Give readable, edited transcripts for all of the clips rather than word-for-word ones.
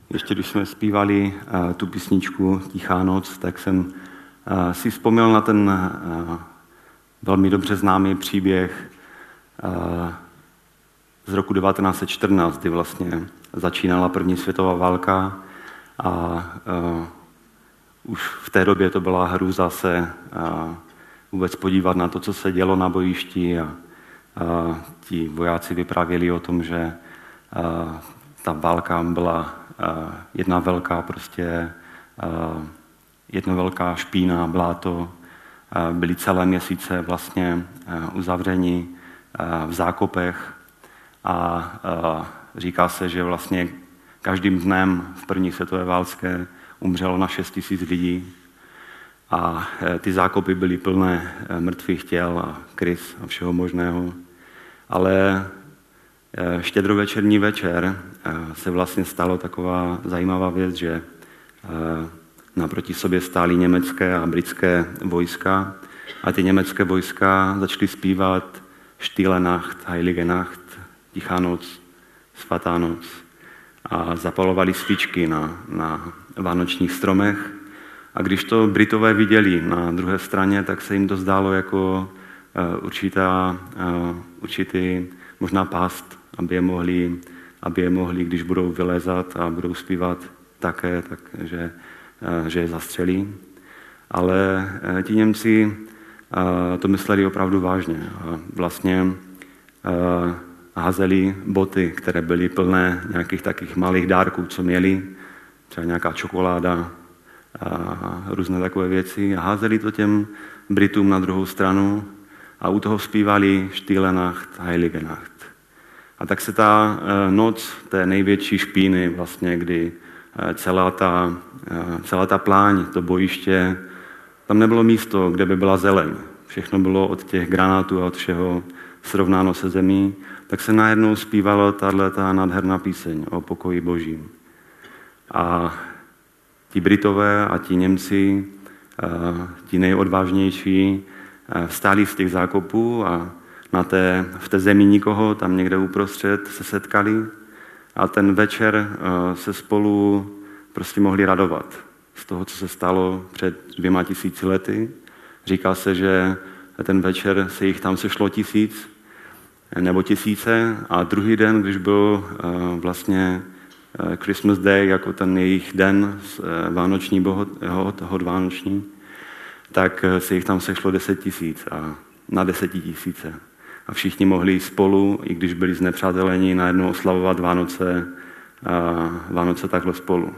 Ještě když jsme zpívali tu písničku Tichá noc, tak jsem si vzpomněl na ten velmi dobře známý příběh z roku 1914, kdy vlastně začínala první světová válka a už v té době to byla hrůza se vůbec podívat na to, co se dělo na bojišti a ti vojáci vyprávěli o tom, že ta válka byla jedna velká špína, bláto, byli celé měsíce vlastně uzavřeni v zákopech a říká se, že vlastně každým dnem v první světové válce umřelo na 6 000 lidí a ty zákopy byly plné mrtvých těl a krys a všeho možného. Ale štědrovečerní večer se vlastně stalo taková zajímavá věc, že naproti sobě stály německé a britské vojska a ty německé vojska začaly zpívat Stille Nacht, Heilige Nacht, Tichá noc, Svatá noc a zapalovali svíčky na vánočních stromech. A když to Britové viděli na druhé straně, tak se jim to zdálo jako určitý možná pást, aby je mohli, když budou vylezat a budou zpívat také, takže že je zastřelí. Ale ti Němci to mysleli opravdu vážně. A vlastně házeli boty, které byly plné nějakých takých malých dárků, co měli, třeba nějaká čokoláda a různé takové věci. A házeli to těm Britům na druhou stranu a u toho zpívali Stille Nacht, Heilige Nacht. A tak se ta noc té největší špíny, vlastně, kdy celá ta pláň, to bojiště, tam nebylo místo, kde by byla zeleň. Všechno bylo od těch granátů a od všeho srovnáno se zemí, tak se najednou zpívala tato nádherná píseň o pokoji Božím. A ti Britové a ti Němci, ti nejodvážnější, vstáli z těch zákopů a v té zemi nikoho, tam někde uprostřed se setkali a ten večer se spolu prostě mohli radovat z toho, co se stalo před 2000 lety. Říká se, že ten večer se jich tam sešlo 1000 nebo tisíce a druhý den, když byl vlastně Christmas Day, jako ten jejich den vánoční, hod vánoční, tak se jich tam sešlo 10 000 a na 10 000. A všichni mohli spolu, i když byli znepřátelení, najednou oslavovat Vánoce takhle spolu.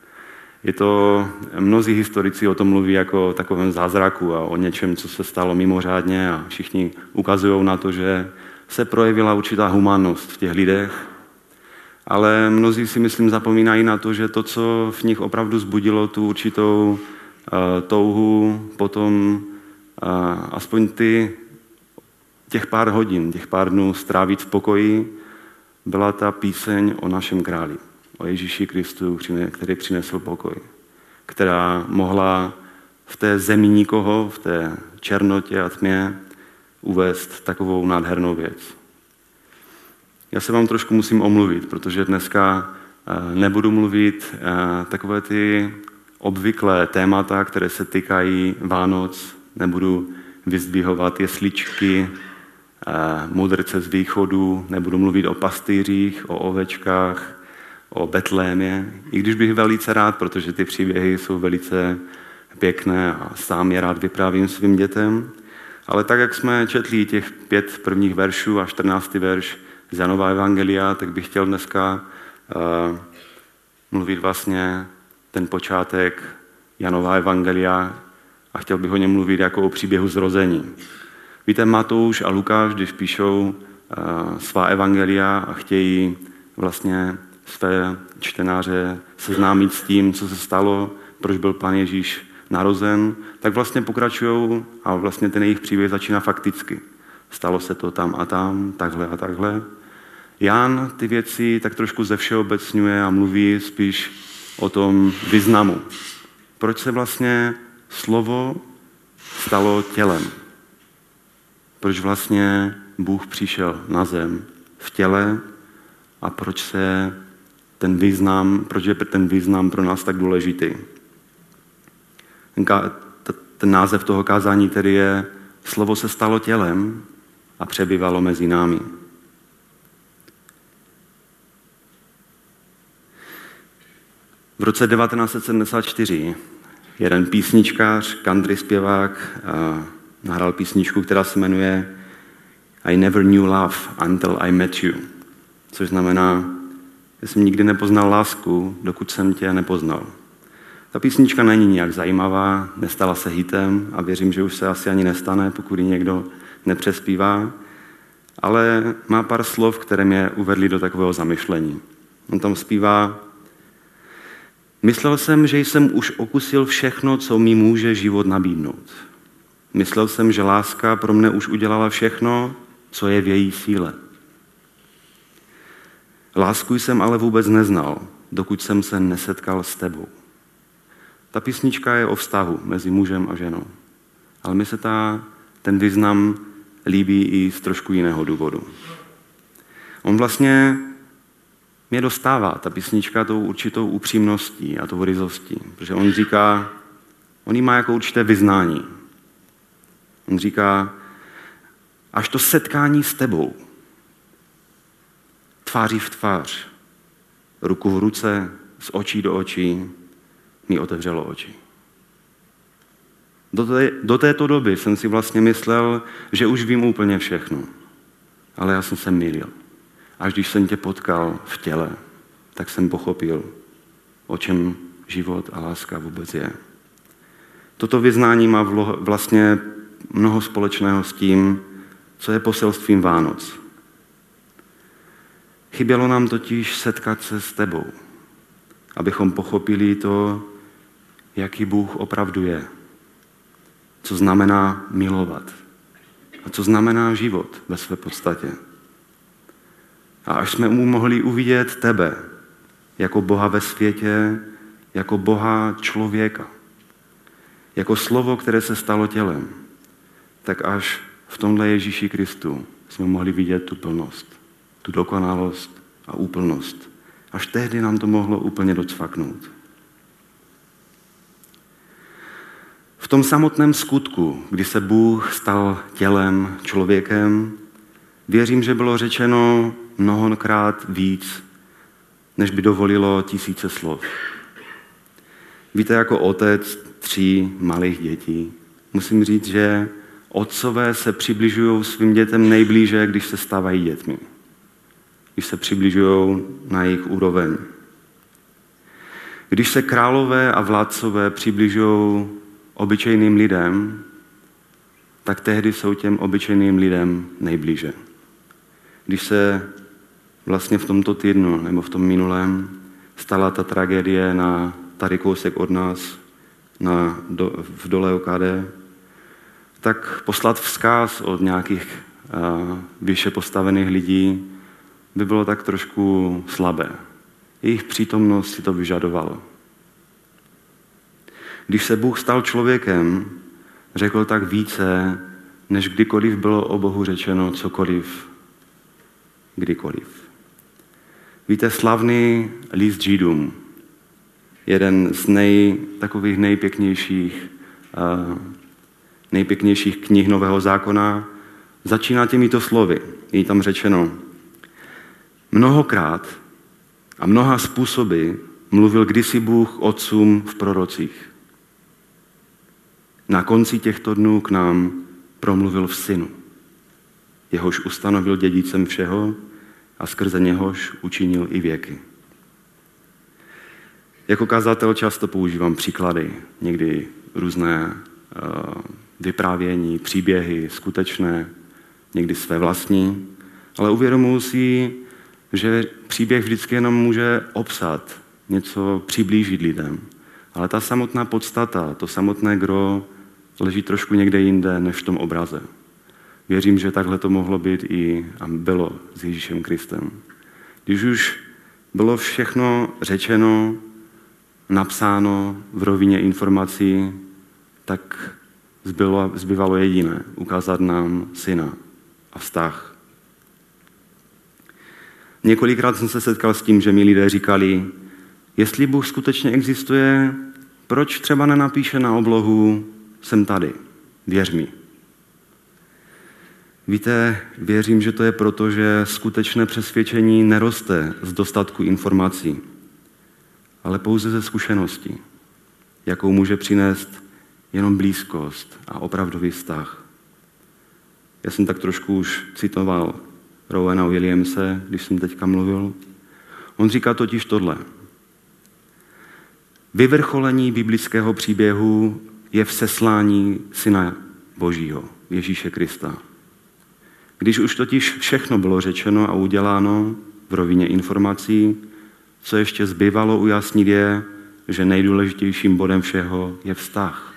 Mnozí historici o tom mluví jako o takovém zázraku a o něčem, co se stalo mimořádně a všichni ukazují na to, že se projevila určitá humannost v těch lidech, ale mnozí si myslím zapomínají na to, že to, co v nich opravdu vzbudilo tu určitou touhu, potom aspoň těch pár hodin, těch pár dnů strávit v pokoji, byla ta píseň o našem králi, o Ježíši Kristu, který přinesl pokoj, která mohla v té zemi nikoho, v té černotě a tmě uvést takovou nádhernou věc. Já se vám trošku musím omluvit, protože dneska nebudu mluvit takové ty obvyklé témata, které se týkají Vánoc, nebudu vyzdvihovat jesličky, mudrce z východu, nebudu mluvit o pastýřích, o ovečkách, o Betlémě, i když bych velice rád, protože ty příběhy jsou velice pěkné a sám je rád vyprávím svým dětem. Ale tak, jak jsme četli těch 5 prvních veršů a 14. verš z Janova evangelia, tak bych chtěl dneska mluvit vlastně ten počátek Janova evangelia a chtěl bych o něm mluvit jako o příběhu zrození. Víte, Matouš a Lukáš, když píšou svá evangelia a chtějí vlastně své čtenáře seznámit s tím, co se stalo, proč byl Pán Ježíš narozen, tak vlastně pokračují a vlastně ten jejich příběh začíná fakticky. Stalo se to tam a tam, takhle a takhle. Jan ty věci tak trošku zevšeobecňuje a mluví spíš o tom významu. Proč se vlastně slovo stalo tělem? Proč vlastně Bůh přišel na zem v těle a proč se proč je ten význam pro nás tak důležitý. Ten název toho kázání tedy je Slovo se stalo tělem a přebývalo mezi námi. V roce 1974 jeden písničkář, country zpěvák, nahrál písničku, která se jmenuje I never knew love until I met you, což znamená, že jsem nikdy nepoznal lásku, dokud jsem tě nepoznal. Ta písnička není nijak zajímavá, nestala se hitem a věřím, že už se asi ani nestane, pokud ji někdo nepřespívá, ale má pár slov, které mě uvedly do takového zamyšlení. On tam zpívá: Myslel jsem, že jsem už okusil všechno, co mi může život nabídnout. Myslel jsem, že láska pro mne už udělala všechno, co je v její síle. Lásku jsem ale vůbec neznal, dokud jsem se nesetkal s tebou. Ta písnička je o vztahu mezi mužem a ženou. Ale mi se ten význam líbí i z trošku jiného důvodu. On vlastně mě dostává, ta písnička, tou určitou upřímností a tou ryzostí. Protože on říká, on jí má jako určité vyznání. On říká, až to setkání s tebou, tváří v tvář, ruku v ruce, z očí do očí, mi otevřelo oči. Do této doby jsem si vlastně myslel, že už vím úplně všechno. Ale já jsem se mýlil. Až když jsem tě potkal v těle, tak jsem pochopil, o čem život a láska vůbec je. Toto vyznání má vlastně mnoho společného s tím, co je poselstvím Vánoc. Chybělo nám totiž setkat se s tebou, abychom pochopili to, jaký Bůh opravdu je. Co znamená milovat. A co znamená život ve své podstatě. A až jsme mu mohli uvidět tebe, jako Boha ve světě, jako Boha člověka, jako slovo, které se stalo tělem, tak až v tomhle Ježíši Kristu jsme mohli vidět tu plnost, tu dokonalost a úplnost. Až tehdy nám to mohlo úplně docvaknout. V tom samotném skutku, kdy se Bůh stal tělem, člověkem, věřím, že bylo řečeno mnohokrát víc, než by dovolilo 1000 slov. Víte, jako otec 3 malých dětí, musím říct, že otcové se přibližují svým dětem nejblíže, když se stávají dětmi. Když se přibližují na jejich úroveň. Když se králové a vládcové přibližují obyčejným lidem, tak tehdy jsou těm obyčejným lidem nejblíže. Když se vlastně v tomto týdnu nebo v tom minulém stala ta tragédie tady kousek od nás v dole OKD, tak poslat vzkaz od nějakých vyše postavených lidí by bylo tak trošku slabé. Jejich přítomnost si to vyžadovalo. Když se Bůh stal člověkem, řekl tak více, než kdykoliv bylo o Bohu řečeno cokoliv, kdykoliv. Víte, slavný list Židům, jeden z takových nejpěknějších knih Nového zákona, začíná těmito slovy. Je tam řečeno: mnohokrát a mnoha způsoby mluvil kdysi Bůh otcům v prorocích. Na konci těchto dnů k nám promluvil v Synu, jehož ustanovil dědicem všeho a skrze něhož učinil i věky. Jako kazatel často používám příklady, někdy různé vyprávění, příběhy, skutečné, někdy své vlastní, ale uvědomuji si, že příběh vždycky jenom může obsat, něco přiblížit lidem. Ale ta samotná podstata, to samotné gro leží trošku někde jinde, než v tom obraze. Věřím, že takhle to mohlo být a bylo s Ježíšem Kristem. Když už bylo všechno řečeno, napsáno v rovině informací, tak zbývalo jediné, ukázat nám Syna a vztah. Několikrát jsem se setkal s tím, že mi lidé říkali, jestli Bůh skutečně existuje, proč třeba nenapíše na oblohu, jsem tady, věř mi. Víte, věřím, že to je proto, že skutečné přesvědčení neroste z dostatku informací, ale pouze ze zkušenosti, jakou může přinést jenom blízkost a opravdový vztah. Já jsem tak trošku už citoval Rowena Williamse, když jsem teďka mluvil. On říká totiž tohle. Vyvrcholení biblického příběhu je v seslání Syna Božího, Ježíše Krista. Když už totiž všechno bylo řečeno a uděláno v rovině informací, co ještě zbývalo ujasnit je, že nejdůležitějším bodem všeho je vztah.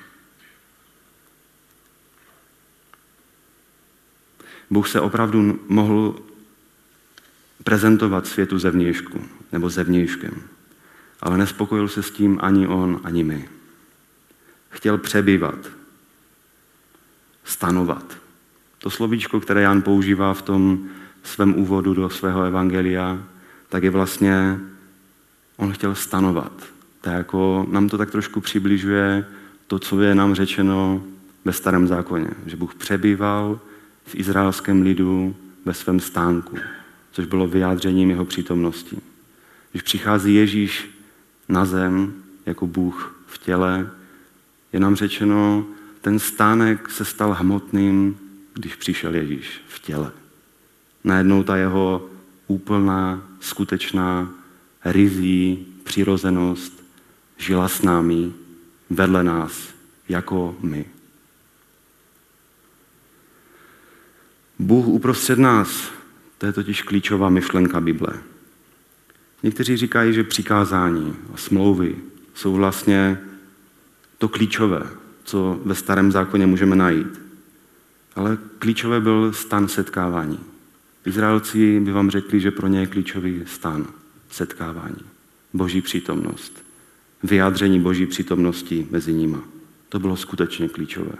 Bůh se opravdu mohl prezentovat světu zevnějšku nebo zevnějškem, ale nespokojil se s tím ani on, ani my. Chtěl přebývat, stanovat. To slovíčko, které Jan používá v tom svém úvodu do svého evangelia, tak je vlastně, on chtěl stanovat. Tak jako nám to tak trošku přibližuje to, co je nám řečeno ve Starém zákoně. Že Bůh přebýval v izraelském lidu ve svém stánku, což bylo vyjádřením jeho přítomnosti. Když přichází Ježíš na zem jako Bůh v těle, je nám řečeno, ten stánek se stal hmotným, když přišel Ježíš v těle. Najednou ta jeho úplná, skutečná, rizí přirozenost žila s námi, vedle nás, jako my. Bůh uprostřed nás, to je totiž klíčová myšlenka Bible. Někteří říkají, že přikázání a smlouvy jsou vlastně to klíčové, co ve Starém zákoně můžeme najít. Ale klíčové byl stan setkávání. Izraelci by vám řekli, že pro ně je klíčový stan setkávání. Boží přítomnost. Vyjádření Boží přítomnosti mezi nimi. To bylo skutečně klíčové.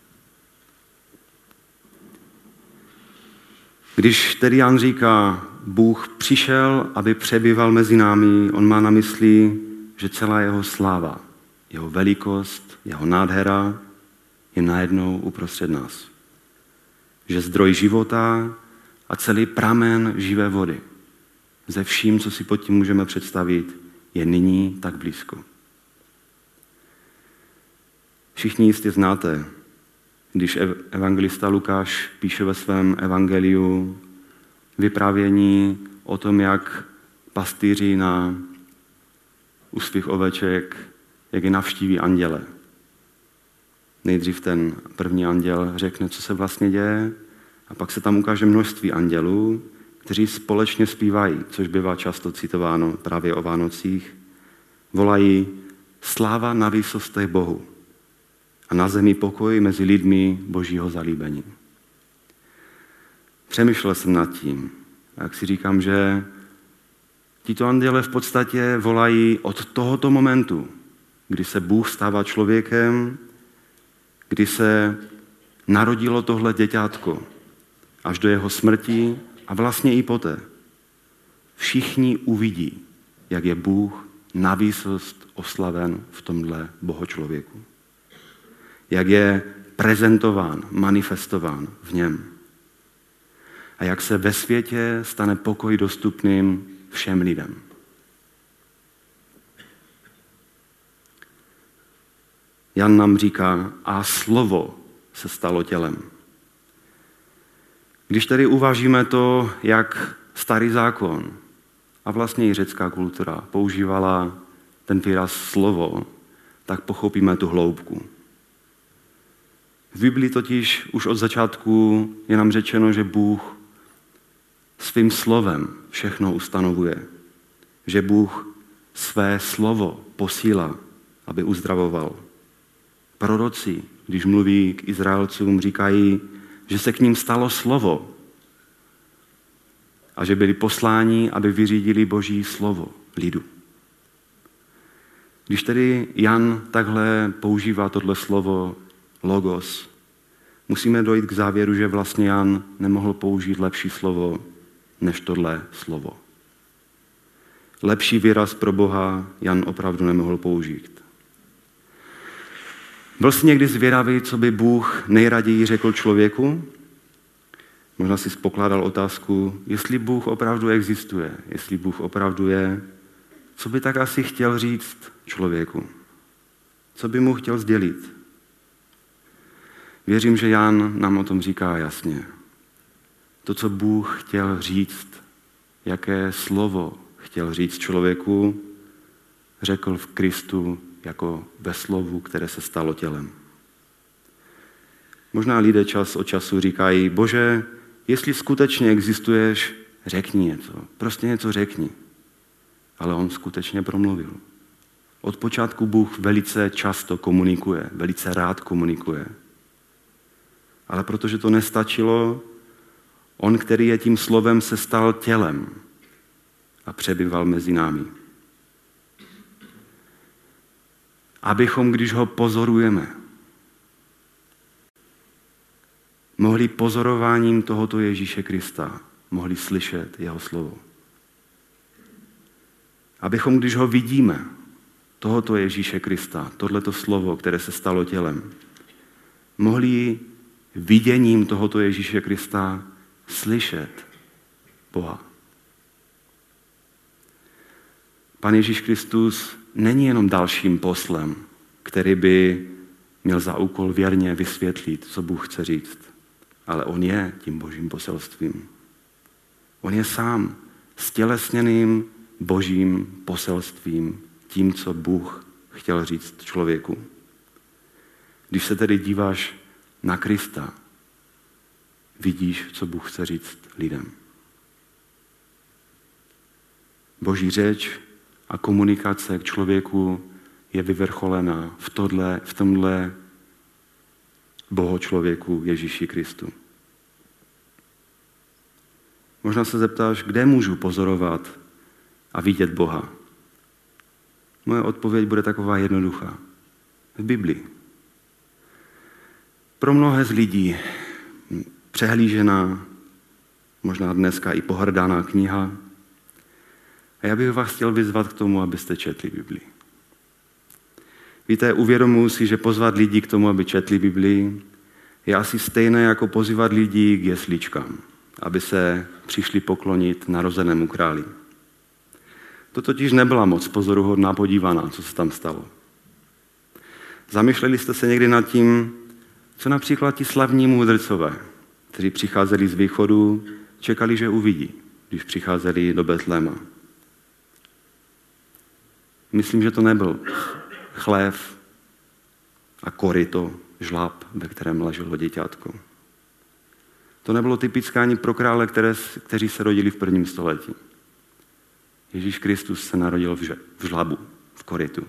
Když tedy Jan říká, Bůh přišel, aby přebýval mezi námi, on má na mysli, že celá jeho sláva, jeho velikost, jeho nádhera je najednou uprostřed nás. Že zdroj života a celý pramen živé vody, ze vším, co si pod tím můžeme představit, je nyní tak blízko. Všichni jistě znáte, když evangelista Lukáš píše ve svém evangeliu vyprávění o tom, jak pastýři u svých oveček, jak je navštíví anděle. Nejdřív ten první anděl řekne, co se vlastně děje, a pak se tam ukáže množství andělů, kteří společně zpívají, což bývá často citováno právě o Vánocích. Volají sláva na výsostech Bohu a na zemi pokoj mezi lidmi Božího zalíbení. Přemýšlel jsem nad tím, jak si říkám, že tito anděle v podstatě volají od tohoto momentu, kdy se Bůh stává člověkem, kdy se narodilo tohle děťátko, až do jeho smrti a vlastně i poté. Všichni uvidí, jak je Bůh na výsost oslaven v tomhle bohočlověku. Jak je prezentován, manifestován v něm. A jak se ve světě stane pokoj dostupným všem lidem. Jan nám říká, a slovo se stalo tělem. Když tedy uvažíme to, jak starý zákon a vlastně i řecká kultura používala ten výraz slovo, tak pochopíme tu hloubku. V Biblii totiž už od začátku je nám řečeno, že Bůh svým slovem všechno ustanovuje. Že Bůh své slovo posílá, aby uzdravoval. Proroci, když mluví k Izraelcům, říkají, že se k ním stalo slovo a že byli posláni, aby vyřídili Boží slovo lidu. Když tedy Jan takhle používá tohle slovo logos, musíme dojít k závěru, že vlastně Jan nemohl použít lepší slovo než tohle slovo. Lepší výraz pro Boha Jan opravdu nemohl použít. Byl jsi někdy zvědavý, co by Bůh nejraději řekl člověku? Možná si pokládal otázku, jestli Bůh opravdu existuje, jestli Bůh opravdu je, co by tak asi chtěl říct člověku? Co by mu chtěl sdělit? Věřím, že Jan nám o tom říká jasně. To, co Bůh chtěl říct, jaké slovo chtěl říct člověku, řekl v Kristu jako ve slovu, které se stalo tělem. Možná lidé čas od času říkají, Bože, jestli skutečně existuješ, řekni něco. Prostě něco řekni. Ale on skutečně promluvil. Od počátku Bůh velice často komunikuje, velice rád komunikuje. Ale protože to nestačilo, on, který je tím slovem, se stal tělem a přebyval mezi námi. Abychom, když ho pozorujeme, mohli pozorováním tohoto Ježíše Krista, mohli slyšet jeho slovo. Abychom, když ho vidíme, tohoto Ježíše Krista, tohleto slovo, které se stalo tělem, mohli viděním tohoto Ježíše Krista slyšet Boha. Pan Ježíš Kristus není jenom dalším poslem, který by měl za úkol věrně vysvětlit, co Bůh chce říct, ale on je tím božím poselstvím. On je sám stělesněným božím poselstvím, tím, co Bůh chtěl říct člověku. Když se tedy díváš na Krista, vidíš, co Bůh chce říct lidem. Boží řeč a komunikace k člověku je vyvrcholena v tomhle bohočlověku Ježíši Kristu. Možná se zeptáš, kde můžu pozorovat a vidět Boha. Moje odpověď bude taková jednoduchá. V Biblii. Pro mnohé z lidí přehlížená, možná dneska i pohrdaná kniha. A já bych vás chtěl vyzvat k tomu, abyste četli Biblii. Víte, uvědomuji si, že pozvat lidi k tomu, aby četli Biblii, je asi stejné jako pozývat lidi k jesličkám, aby se přišli poklonit narozenému králi. To totiž nebyla moc pozoruhodná podívaná, co se tam stalo. Zamýšleli jste se někdy nad tím, co například ti slavní mudrcové, kteří přicházeli z východu, čekali, že uvidí, když přicházeli do Betléma. Myslím, že to nebyl chlév a koryto, žlab, ve kterém leželo děťátko. To nebylo typické ani pro krále, kteří se rodili v 1. století. Ježíš Kristus se narodil v žlabu, v korytu.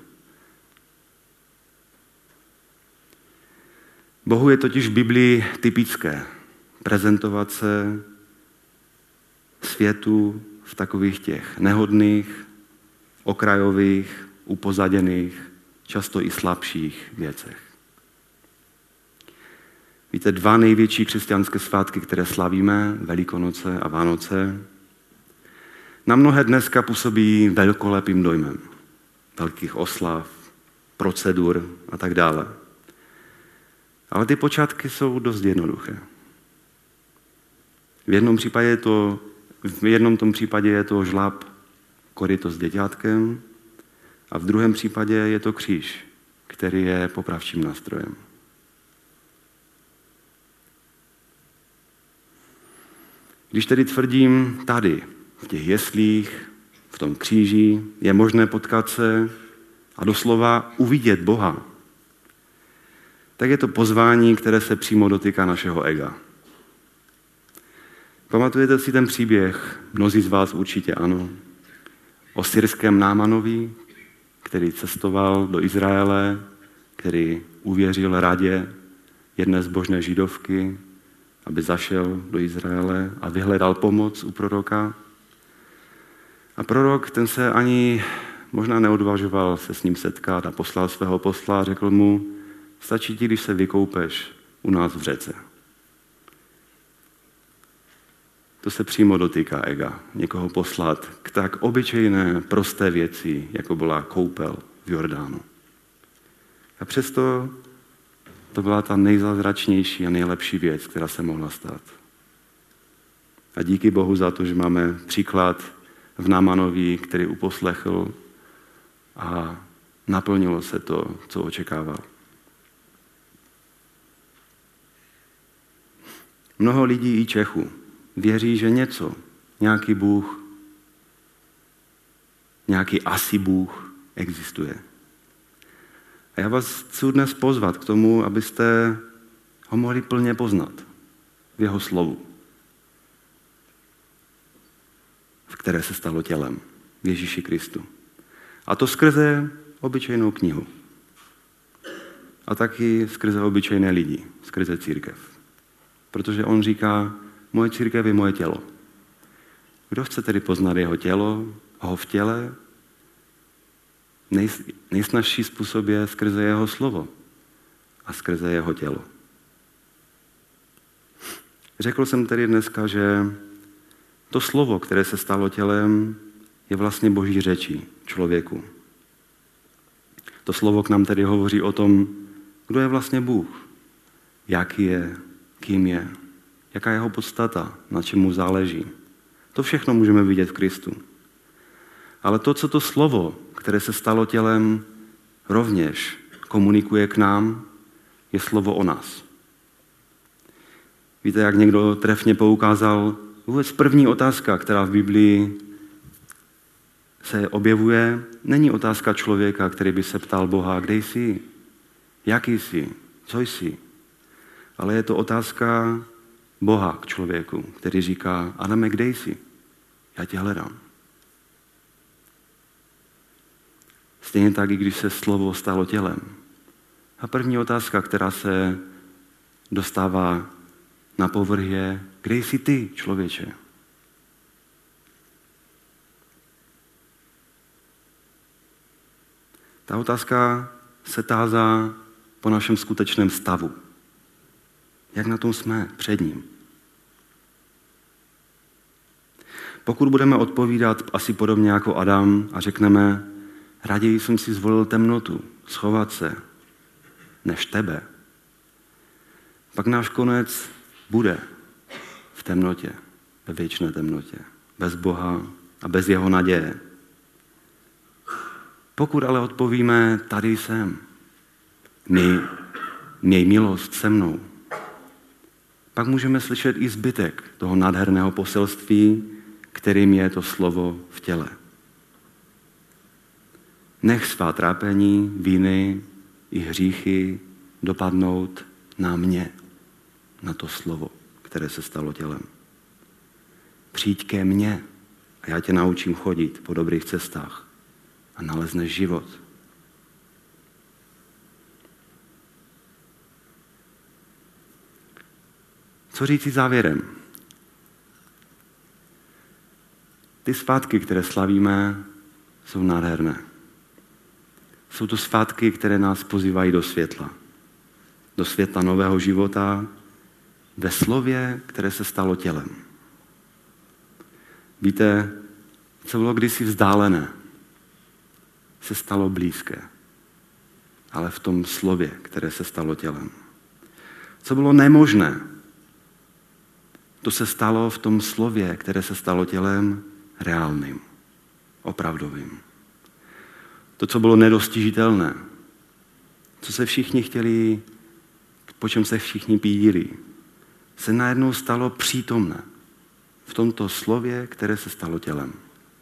Bohu je totiž v Biblii typické prezentovat se světu v takových těch nehodných, okrajových, upozaděných, často i slabších věcech. Víte, 2 největší křesťanské svátky, které slavíme, Velikonoce a Vánoce, na mnohé dneska působí velkolepým dojmem. Velkých oslav, procedur a tak dále. Ale ty počátky jsou dost jednoduché. V jednom tom případě je to žlab, koryto s děťátkem, a v druhém případě je to kříž, který je popravčím nástrojem. Když tedy tvrdím tady, v těch jeslích, v tom kříži, je možné potkat se a doslova uvidět Boha, tak je to pozvání, které se přímo dotýká našeho ega. Pamatujete si ten příběh, mnozí z vás určitě ano, o syrském Námanovi, který cestoval do Izraele, který uvěřil radě jedné zbožné židovky, aby zašel do Izraele a vyhledal pomoc u proroka. A prorok, ten se ani možná neodvažoval se s ním setkat a poslal svého posla a řekl mu, stačí ti, když se vykoupeš u nás v řece. to se přímo dotýká ega. Někoho poslat k tak obyčejné, prosté věci, jako byla koupel v Jordánu. A přesto to byla ta nejzázračnější a nejlepší věc, která se mohla stát. A díky Bohu za to, že máme příklad v Námanovi, který uposlechl a naplnilo se to, co očekával. Mnoho lidí i Čechů věří, že nějaký Bůh, nějaký asi Bůh existuje. A já vás chci dnes pozvat k tomu, abyste ho mohli plně poznat v jeho slovu, v které se stalo tělem, v Ježíši Kristu. A to skrze obyčejnou knihu. A taky skrze obyčejné lidi, skrze církev. Protože on říká, moje církev je moje tělo. Kdo chce tedy poznat jeho tělo, ho v těle, nejsnažší způsob je skrze jeho slovo a skrze jeho tělo. Řekl jsem tedy dneska, že to slovo, které se stalo tělem, je vlastně Boží řečí člověku. To slovo k nám tedy hovoří o tom, kdo je vlastně Bůh, jaký je, kým je, jaká je jeho podstata, na čem mu záleží. To všechno můžeme vidět v Kristu. Ale to, co to slovo, které se stalo tělem, rovněž komunikuje k nám, je slovo o nás. Víte, jak někdo trefně poukázal, vůbec první otázka, která v Biblii se objevuje, není otázka člověka, který by se ptal Boha, kde jsi, jaký jsi, co jsi. Ale je to otázka Boha k člověku, který říká, Adame, kde jsi? Já tě hledám. Stejně tak, i když se slovo stalo tělem. A první otázka, která se dostává na povrch je, kde jsi ty, člověče? Ta otázka se tázá po našem skutečném stavu. Jak na tom jsme před ním? Pokud budeme odpovídat asi podobně jako Adam a řekneme, raději jsem si zvolil temnotu, schovat se, než tebe, pak náš konec bude v temnotě, ve věčné temnotě, bez Boha a bez jeho naděje. Pokud ale odpovíme, tady jsem, měj milost se mnou, pak můžeme slyšet i zbytek toho nádherného poselství, kterým je to slovo v těle. Nech svá trápení, viny i hříchy dopadnout na mě, na to slovo, které se stalo tělem. Přijď ke mně a já tě naučím chodit po dobrých cestách a nalezneš život. Co říci závěrem? Ty svátky, které slavíme, jsou nádherné. Jsou to svátky, které nás pozývají do světla. Do světla nového života ve slově, které se stalo tělem. Víte, co bylo kdysi vzdálené, se stalo blízké. Ale v tom slově, které se stalo tělem. Co bylo nemožné, to se stalo v tom slově, které se stalo tělem, reálným, opravdovým. To, co bylo nedostižitelné, co se všichni chtěli, po čem se všichni pídili, se najednou stalo přítomné v tomto slově, které se stalo tělem.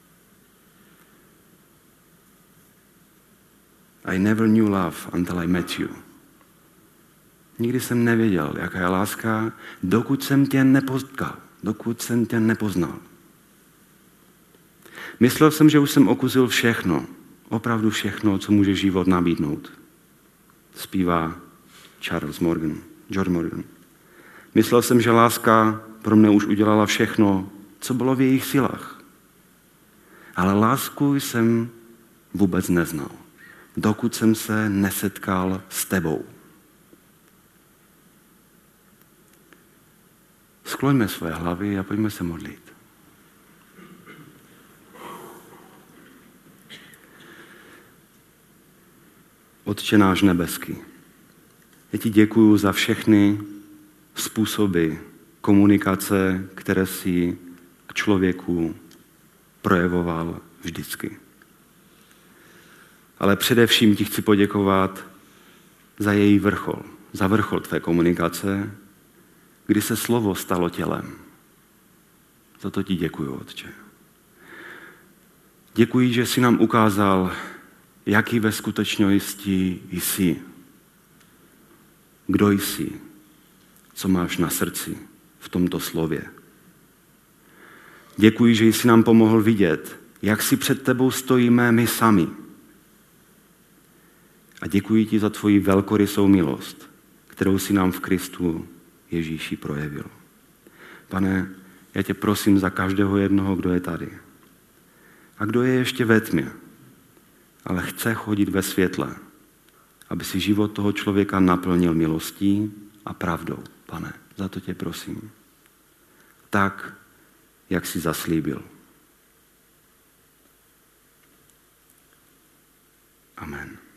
I never knew love until I met you. Nikdy jsem nevěděl, jaká je láska, dokud jsem tě nepotkal, dokud jsem tě nepoznal. Myslel jsem, že už jsem okusil všechno, opravdu všechno, co může život nabídnout. Zpívá George Morgan. Myslel jsem, že láska pro mě už udělala všechno, co bylo v jejich silách. Ale lásku jsem vůbec neznal, dokud jsem se nesetkal s tebou. skloňme své hlavy a pojďme se modlit. Otče náš nebeský, já ti děkuju za všechny způsoby komunikace, které jsi člověku projevoval vždycky. Ale především ti chci poděkovat za její vrchol, za vrchol tvé komunikace, kdy se slovo stalo tělem. Za to ti děkuju, Otče. Děkuji, že jsi nám ukázal, jaký ve skutečnosti jsi. Kdo jsi, co máš na srdci v tomto slově. Děkuji, že jsi nám pomohl vidět, jak si před tebou stojíme my sami. A děkuji ti za tvoji velkorysou milost, kterou si nám v Kristu Ježíši projevil. Pane, já tě prosím za každého jednoho, kdo je tady. A kdo je ještě ve tmě, ale chce chodit ve světle, aby si život toho člověka naplnil milostí a pravdou. Pane, za to tě prosím. Tak, jak jsi zaslíbil. Amen.